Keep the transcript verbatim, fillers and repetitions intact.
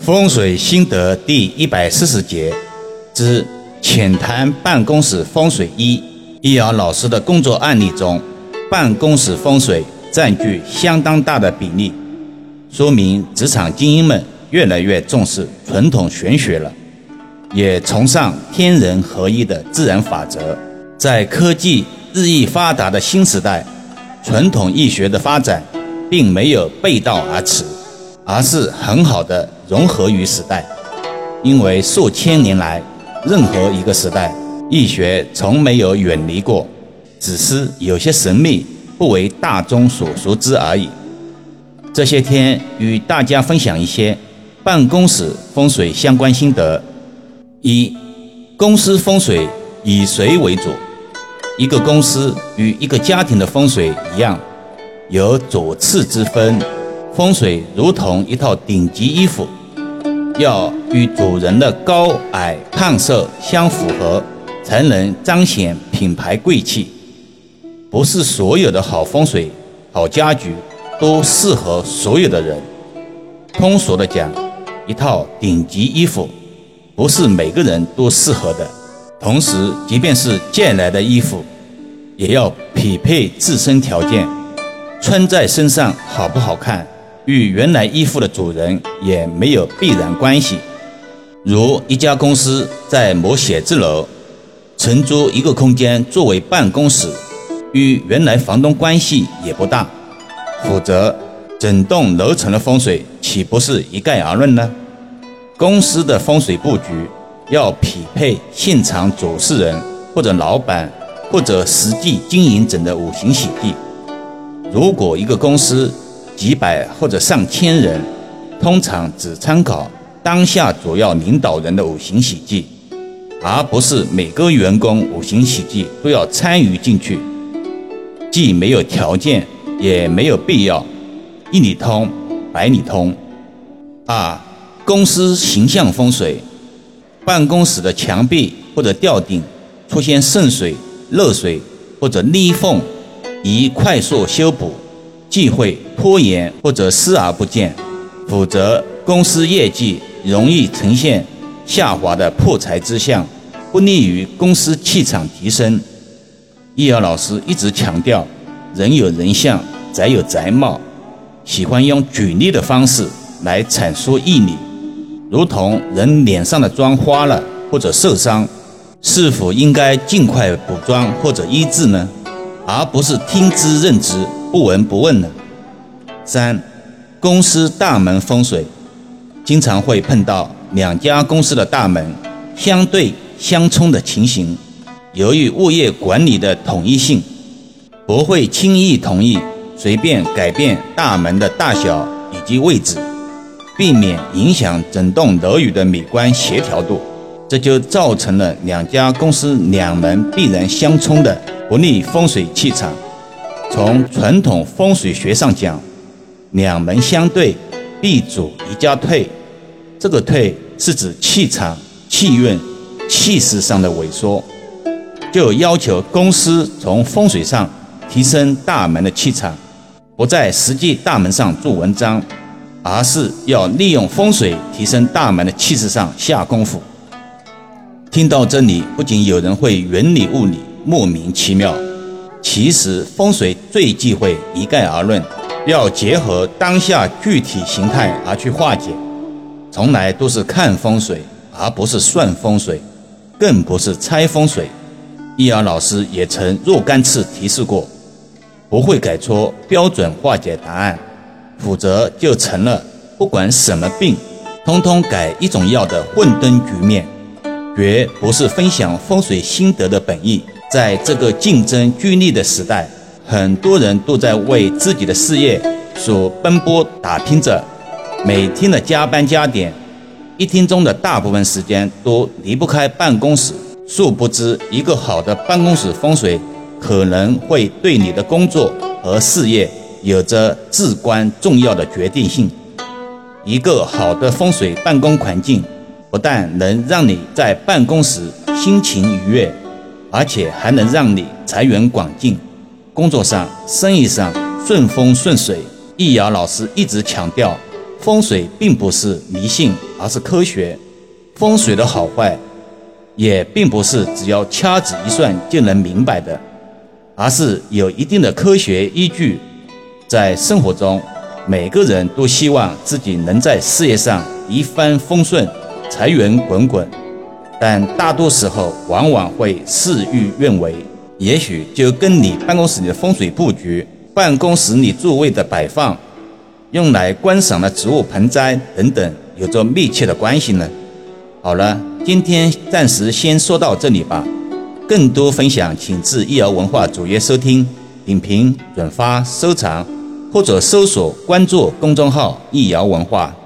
风水心得第一百四十节之浅谈办公室风水一。易遥老师的工作案例中，办公室风水占据相当大的比例，说明职场精英们越来越重视传统玄学了，也崇尚天人合一的自然法则。在科技日益发达的新时代，传统易学的发展并没有背道而驰，而是很好的融合于时代。因为数千年来，任何一个时代，易学从没有远离过，只是有些神秘不为大众所熟知而已。这些天与大家分享一些办公室风水相关心得。一、公司风水以谁为主？一个公司与一个家庭的风水一样，有主次之分。风水如同一套顶级衣服，要与主人的高矮胖瘦相符合，才能彰显品牌贵气。不是所有的好风水、好家具都适合所有的人。通俗的讲，一套顶级衣服不是每个人都适合的。同时，即便是借来的衣服，也要匹配自身条件，穿在身上好不好看，与原来衣服的主人也没有必然关系。如一家公司在某写字楼承租一个空间作为办公室，与原来房东关系也不大，否则整栋楼层的风水岂不是一概而论呢？公司的风水布局要匹配现场主事人或者老板或者实际经营者的五行喜忌。如果一个公司几百或者上千人，通常只参考当下主要领导人的五行喜忌，而不是每个员工五行喜忌都要参与进去，既没有条件也没有必要，一里通百里通。二、公司形象风水。办公室的墙壁或者吊顶出现渗水、漏水或者裂缝，宜快速修补，忌讳拖延或者视而不见，否则公司业绩容易呈现下滑的破财之象，不利于公司气场提升。易遥老师一直强调，人有人相，宅有宅貌，喜欢用举例的方式来阐述义理。如同人脸上的妆花了或者受伤，是否应该尽快补妆或者医治呢？而不是听之任之，不闻不问呢？三、公司大门风水。经常会碰到两家公司的大门相对相冲的情形，由于物业管理的统一性，不会轻易同意随便改变大门的大小以及位置，避免影响整栋楼宇的美观协调度，这就造成了两家公司两门必然相冲的不利风水气场。从传统风水学上讲，两门相对必主一家退，这个退是指气场、气运、气势上的萎缩，就要求公司从风水上提升大门的气场，不在实际大门上做文章，而是要利用风水提升大门的气势上下功夫。听到这里，不仅有人会云里雾里，莫名其妙，其实风水最忌讳一概而论，要结合当下具体形态而去化解，从来都是看风水，而不是算风水，更不是猜风水。易遥老师也曾若干次提示过，不会改出标准化解答案，否则就成了不管什么病通通改一种药的混沌局面，绝不是分享风水心得的本意。在这个竞争剧烈的时代，很多人都在为自己的事业所奔波打拼着，每天的加班加点，一天中的大部分时间都离不开办公室。殊不知，一个好的办公室风水可能会对你的工作和事业有着至关重要的决定性。一个好的风水办公环境，不但能让你在办公时心情愉悦，而且还能让你财源广进，工作上、生意上顺风顺水。易遥老师一直强调，风水并不是迷信， 而是科学。风水的好坏也并不是只要掐指一算就能明白的，而是有一定的科学依据。在生活中，每个人都希望自己能在事业上一帆风顺，财源滚滚，但大多时候往往会事与愿违。也许就跟你办公室里的风水布局、办公室里座位的摆放、用来观赏的植物盆栽等等有着密切的关系呢。好了，今天暂时先说到这里吧。更多分享请至易瑶文化主页收听、点评、转发、收藏，或者搜索关注公众号易瑶文化。